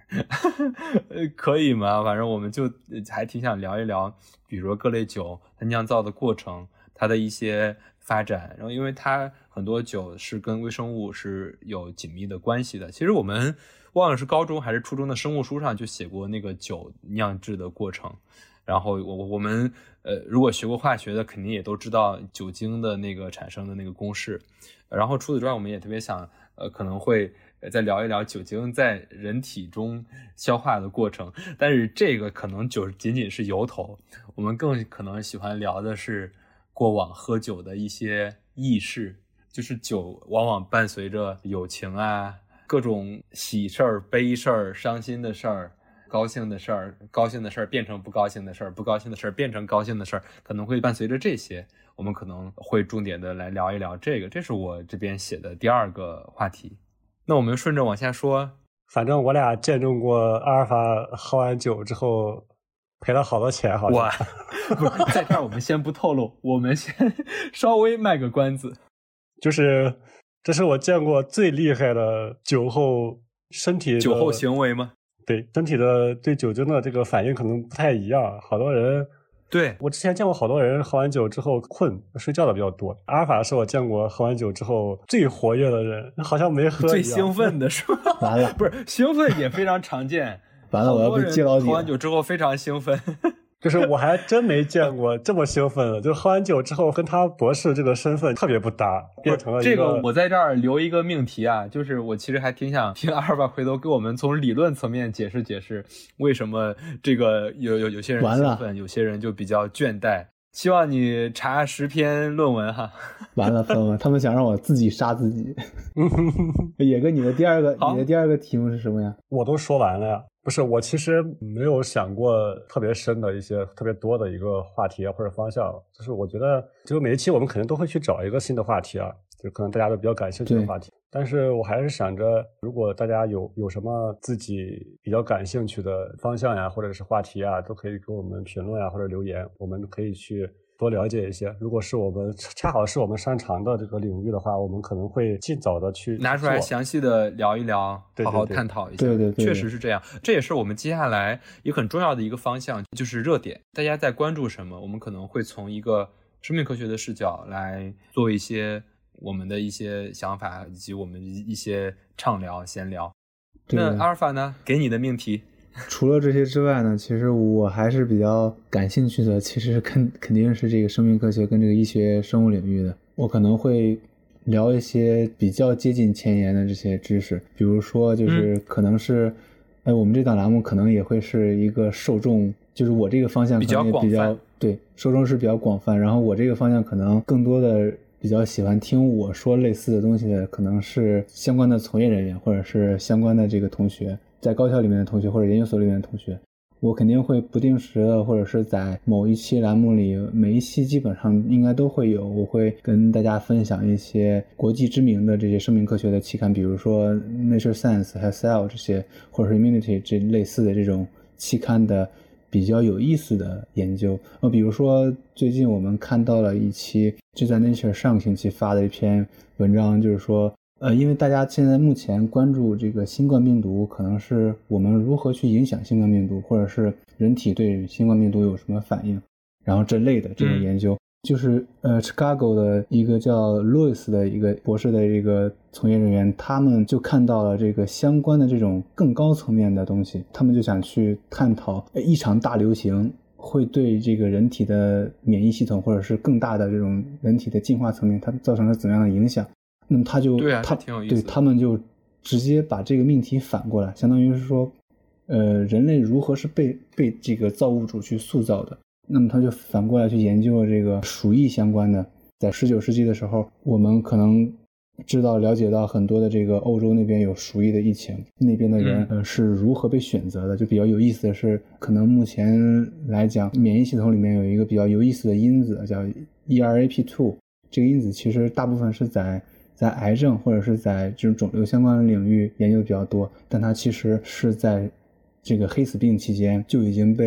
可以吗？反正我们就还挺想聊一聊，比如说各类酒它酿造的过程，它的一些发展，然后因为它很多酒是跟微生物是有紧密的关系的。其实我们忘了是高中还是初中的生物书上就写过那个酒酿制的过程。然后我我们呃，如果学过化学的，肯定也都知道酒精的那个产生的那个公式。然后除此之外，我们也特别想呃，可能会再聊一聊酒精在人体中消化的过程。但是这个可能就仅仅是由头，我们更可能喜欢聊的是过往喝酒的一些轶事，就是酒往往伴随着友情啊，各种喜事儿、悲事儿、伤心的事儿。高兴的事儿，高兴的事儿变成不高兴的事儿，不高兴的事儿变成高兴的事儿，可能会伴随着这些，我们可能会重点的来聊一聊这个，这是我这边写的第二个话题。那我们顺着往下说， 反正我俩见证过阿尔法喝完酒之后赔了好多钱，好像。 哇，不是在这儿我们先不透露，我们先稍微卖个关子， 就是这是我见过最厉害的酒后身体的酒后行为吗？ 对，身体的对酒精的这个反应可能不太一样，好多人， 对， 我之前见过好多人喝完酒之后困睡觉的比较多。阿尔法是我见过喝完酒之后最活跃的人，好像没喝一样。 最兴奋的是吧？ 完了， 不是兴奋也非常常见。 完了，我要被接到底。 喝完酒之后非常兴奋。 就是我还真没见过这么兴奋的，就喝完酒之后跟他博士这个身份特别不搭，变成了一个。 这个我在这儿留一个命题啊，就是我其实还挺想听阿尔法回头给我们从理论层面解释解释，为什么这个有有有些人兴奋，有些人就比较倦怠。希望你查十篇论文哈。 完了，朋友们，他们想让我自己杀自己。野哥，你的第二个，你的第二个题目是什么呀？ 我都说完了呀。不是，我其实没有想过特别深的一些特别多的一个话题啊或者方向，就是我觉得就每一期我们肯定都会去找一个新的话题啊，就可能大家都比较感兴趣的话题。但是我还是想着，如果大家有有什么自己比较感兴趣的方向呀，或者是话题啊，都可以给我们评论啊或者留言，我们可以去多了解一些。如果是我们恰好是我们擅长的这个领域的话，我们可能会尽早的去拿出来详细的聊一聊， 对对对， 好好探讨一下。 对对对， 确实是这样。这也是我们接下来一个很重要的一个方向，就是热点。大家在关注什么，我们可能会从一个生命科学的视角来做一些我们的一些想法，以及我们一些畅聊闲聊。那阿尔法呢，给你的命题。 除了这些之外呢，其实我还是比较感兴趣的，其实肯肯定是这个生命科学跟这个医学生物领域的。我可能会聊一些比较接近前沿的这些知识，比如说就是可能是，嗯、哎，我们这档栏目可能也会是一个受众，就是我这个方向可能也比较， 比较广泛， 对，受众是比较广泛，然后我这个方向可能更多的比较喜欢听我说类似的东西的，可能是相关的从业人员或者是相关的这个同学。在高校里面的同学或者研究所里面的同学，我肯定会不定时的，或者是在某一期栏目里，每一期基本上应该都会有，我会跟大家分享一些国际知名的这些生命科学的期刊，比如说 Nature Science 还有 Cell 这些，或者是 Immunity 这类似的这种期刊的比较有意思的研究。呃，比如说最近我们看到了一期，就在 Nature 上个星期发的一篇文章，就是说呃，因为大家现在目前关注这个新冠病毒，可能是我们如何去影响新冠病毒，或者是人体对新冠病毒有什么反应，然后这类的这种研究，嗯、就是呃 Chicago 的一个叫 Lewis 的一个博士的这个从业人员，他们就看到了这个相关的这种更高层面的东西，他们就想去探讨一场大流行会对这个人体的免疫系统，或者是更大的这种人体的进化层面，它造成了怎么样的影响。那么他就对啊， 他挺有意思的。 对他们就直接把这个命题反过来，相当于是说，呃，人类如何是被被这个造物主去塑造的。那么他就反过来去研究了这个鼠疫相关的。在十九世纪的时候，我们可能知道了解到很多的这个欧洲那边有鼠疫的疫情，那边的人、嗯、呃是如何被选择的。就比较有意思的是，可能目前来讲，免疫系统里面有一个比较有意思的因子叫 E R A P 二， 这个因子其实大部分是在在癌症或者是在这种肿瘤相关的领域研究的比较多，但它其实是在这个黑死病期间就已经被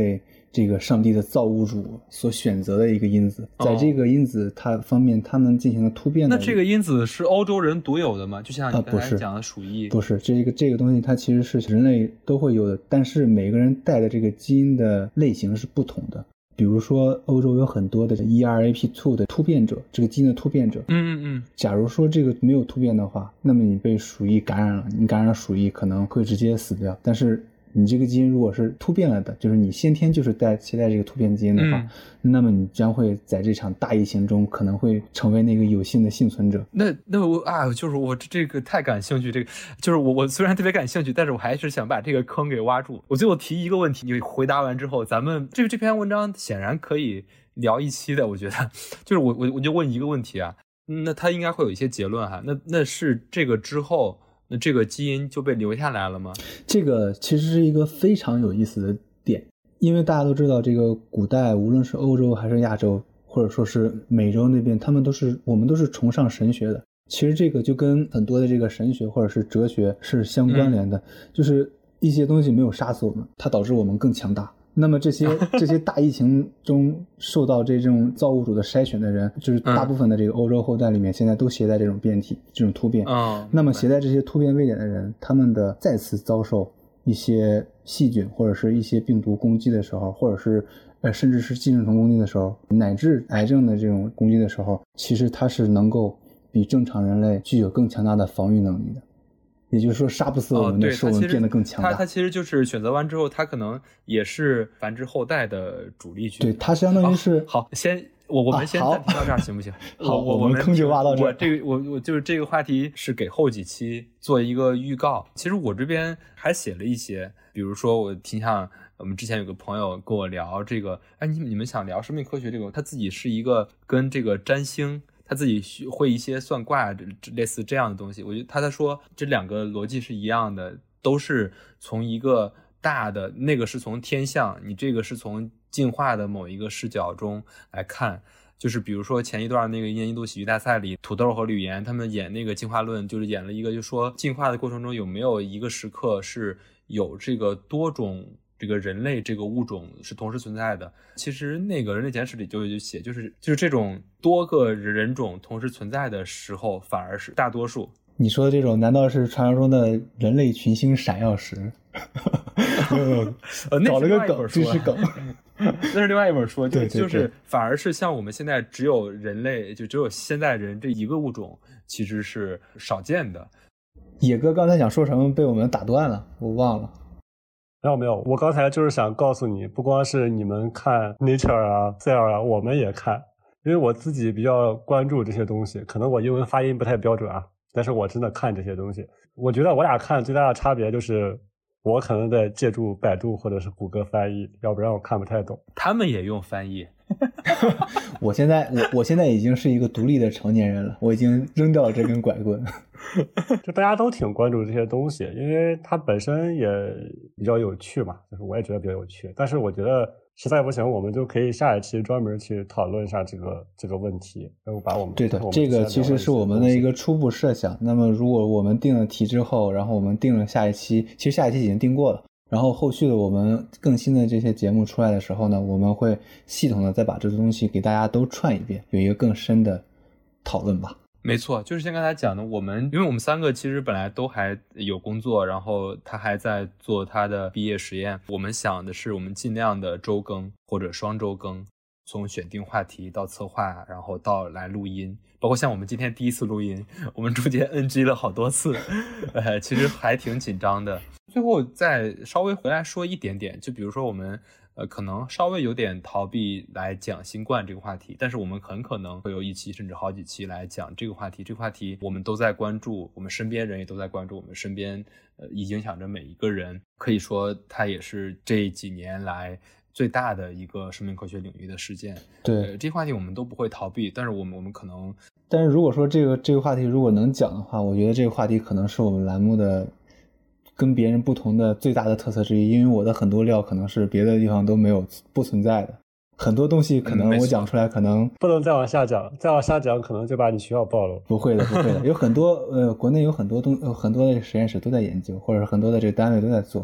这个上帝的造物主所选择的一个因子，在这个因子它方面他们进行了突变的。 那这个因子是欧洲人独有的吗？就像你刚才讲的鼠疫、 啊、不是, 不是这个这个东西它其实是人类都会有的，但是每个人带的这个基因的类型是不同的。比如说欧洲有很多的 E R A P 二 的突变者，这个基因的突变者， 嗯嗯嗯， 假如说这个没有突变的话，那么你被鼠疫感染了，你感染鼠疫可能会直接死掉。但是你这个基因如果是突变了的，就是你先天就是带携带这个突变基因的话、嗯、那么你将会在这场大疫情中可能会成为那个有幸的幸存者。 那那我啊，就是我这个太感兴趣，这个就是我我虽然特别感兴趣，但是我还是想把这个坑给挖住。我最后提一个问题，你回答完之后，咱们这个这篇文章显然可以聊一期的，我觉得就是我我我就问一个问题啊，那它应该会有一些结论哈，那那是这个之后。那这个基因就被留下来了吗？ 这个其实是一个非常有意思的点，因为大家都知道这个古代无论是欧洲还是亚洲或者说是美洲那边，他们都是我们都是崇尚神学的。其实这个就跟很多的这个神学或者是哲学是相关联的、嗯、就是一些东西没有杀死我们，它导致我们更强大。那么这些这些大疫情中受到这种造物主的筛选的人，就是大部分的这个欧洲后代里面现在都携带这种变体这种突变、 嗯、 那么携带这些突变位点的人，他们的再次遭受一些细菌或者是一些病毒攻击的时候，或者是呃甚至是寄生虫攻击的时候，乃至癌症的这种攻击的时候，其实它是能够比正常人类具有更强大的防御能力的。也就是说杀不死我们的，使我们变得更强大。 它其实就是选择完之后，它可能也是繁殖后代的主力军。 对，它相当于是、 哦、好，先我我们先暂停到这儿、啊、行不行？ 好， 我我们坑就挖到这儿。 我这个我我就是这个话题是给后几期做一个预告。其实我这边还写了一些，比如说我挺想我们之前有个朋友跟我聊这个，哎，你你们想聊生命科学这个，他自己是一个跟这个占星。他自己会一些算卦类似这样的东西，我觉得他在说这两个逻辑是一样的，都是从一个大的，那个是从天象，你这个是从进化的某一个视角中来看。就是比如说前一段那个一年一度喜剧大赛里，土豆和吕岩他们演那个进化论，就是演了一个就说进化的过程中有没有一个时刻是有这个多种这个人类这个物种是同时存在的。其实那个人类简史里就有写，就是就是这种多个人种同时存在的时候反而是大多数。 你说的这种难道是传说中的人类群星闪耀时？没有没有， 呃， 搞了个梗，知识梗。 那是另外一本书，就对对对， 就是反而是像我们现在只有人类，就只有现代人这一个物种，其实是少见的。 野哥刚才想说什么被我们打断了，我忘了。 没有没有，我刚才就是想告诉你，不光是你们看 Nature 啊 Cell 啊，我们也看，因为我自己比较关注这些东西，可能我英文发音不太标准啊，但是我真的看这些东西。我觉得我俩看最大的差别就是我可能得借助百度或者是谷歌翻译，要不然我看不太懂。 他们也用翻译。 我现在我我现在已经是一个独立的成年人了，我已经扔掉了这根拐棍。 就大家都挺关注这些东西，因为它本身也比较有趣嘛，就是我也觉得比较有趣。但是我觉得实在不行，我们就可以下一期专门去讨论一下这个这个问题，然后把我们对的， 我们这个其实是我们的一个初步设想。那么如果我们定了题之后，然后我们定了下一期，其实下一期已经定过了。然后后续的我们更新的这些节目出来的时候呢，我们会系统的再把这个东西给大家都串一遍，有一个更深的讨论吧。 没错，就是像刚才讲的，我们因为我们三个其实本来都还有工作，然后他还在做他的毕业实验，我们想的是我们尽量的周更或者双周更，从选定话题到策划，然后到来录音，包括像我们今天第一次录音，我们中间 N G 了好多次，呃，其实还挺紧张的。最后再稍微回来说一点点，就比如说我们呃可能稍微有点逃避来讲新冠这个话题，但是我们很可能会有一期甚至好几期来讲这个话题。这个话题我们都在关注，我们身边人也都在关注，我们身边呃影响着每一个人。可以说它也是这几年来最大的一个生命科学领域的事件。 对、 呃、这个话题我们都不会逃避，但是我们我们可能但是如果说这个这个话题如果能讲的话，我觉得这个话题可能是我们栏目的跟别人不同的最大的特色之一，因为我的很多料可能是别的地方都没有不存在的，很多东西可能我讲出来可能、 嗯、不能再往下讲，再往下讲可能就把你学校暴露。 不会的不会的，有很多呃国内有很多东有很多的实验室都在研究，或者很多的这个单位都在做，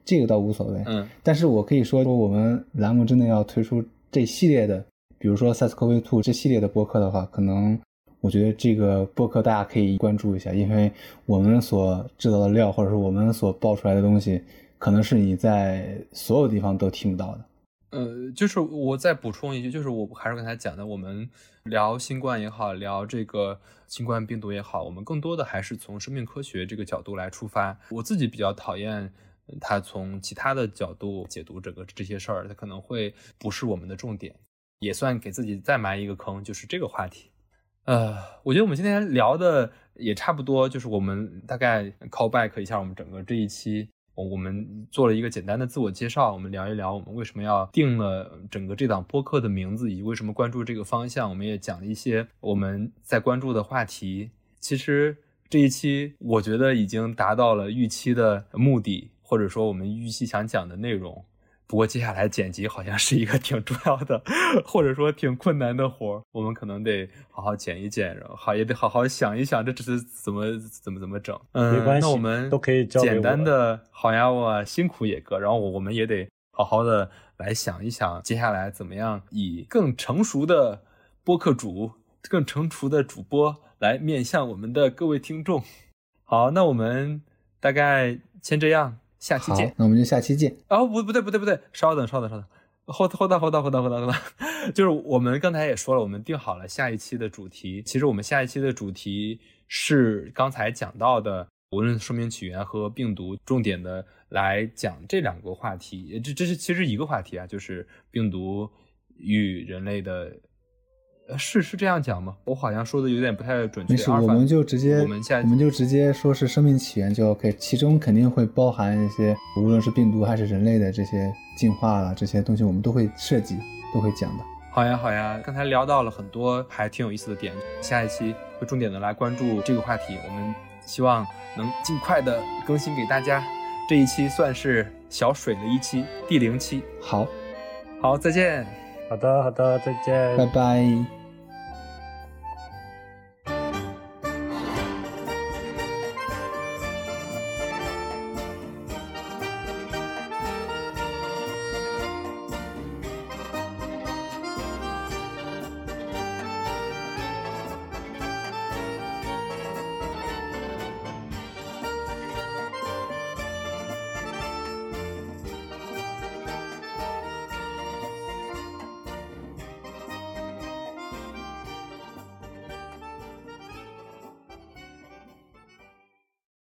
这个倒无所谓。 嗯， 但是我可以说，我们栏目真的要推出这系列的，比如说 S A R S-C o V 二 这系列的播客的话，可能我觉得这个播客大家可以关注一下，因为我们所制造的料，或者是我们所爆出来的东西，可能是你在所有地方都听不到的。 呃，就是我再补充一句，就是我还是刚才讲的，我们聊新冠也好，聊这个新冠病毒也好，我们更多的还是从生命科学这个角度来出发。我自己比较讨厌他从其他的角度解读整个这些事儿，他可能会不是我们的重点，也算给自己再埋一个坑，就是这个话题。呃，我觉得我们今天聊的也差不多，就是我们大概 call back 一下我们整个这一期。我们做了一个简单的自我介绍，我们聊一聊我们为什么要定了整个这档播客的名字，以及为什么关注这个方向。我们也讲了一些我们在关注的话题。其实这一期我觉得已经达到了预期的目的，或者说我们预期想讲的内容。不过接下来剪辑好像是一个挺重要的，或者说挺困难的活，我们可能得好好剪一剪，然后好也得好好想一想，这只是怎么怎么怎么整。嗯， 没关系， 那我们都可以交给我。 简单的好呀，我辛苦野哥，然后我我们也得好好的来想一想，接下来怎么样以更成熟的播客主、更成熟的主播来面向我们的各位听众。好，那我们大概先这样。下期见。 好，那我们就下期见。 哦，不，不对，不对，不对，稍等，稍等，稍等 ，hold hold on hold on hold on hold on hold on， 就是我们刚才也说了，我们定好了下一期的主题。其实我们下一期的主题是刚才讲到的，无论生命起源和病毒，重点的来讲这两个话题。这这是其实一个话题啊，就是病毒与人类的。是是这样讲吗？我好像说的有点不太准确。 没事，我们就直接我们下我们就直接说是生命起源就 OK， 其中肯定会包含一些，无论是病毒还是人类的这些进化了这些东西，我们都会涉及，都会讲的。 好呀好呀，刚才聊到了很多还挺有意思的点，下一期会重点的来关注这个话题，我们希望能尽快的更新给大家。这一期算是小水的一期，第零期。 好， 好，再见。 好的好的，再见， 拜拜。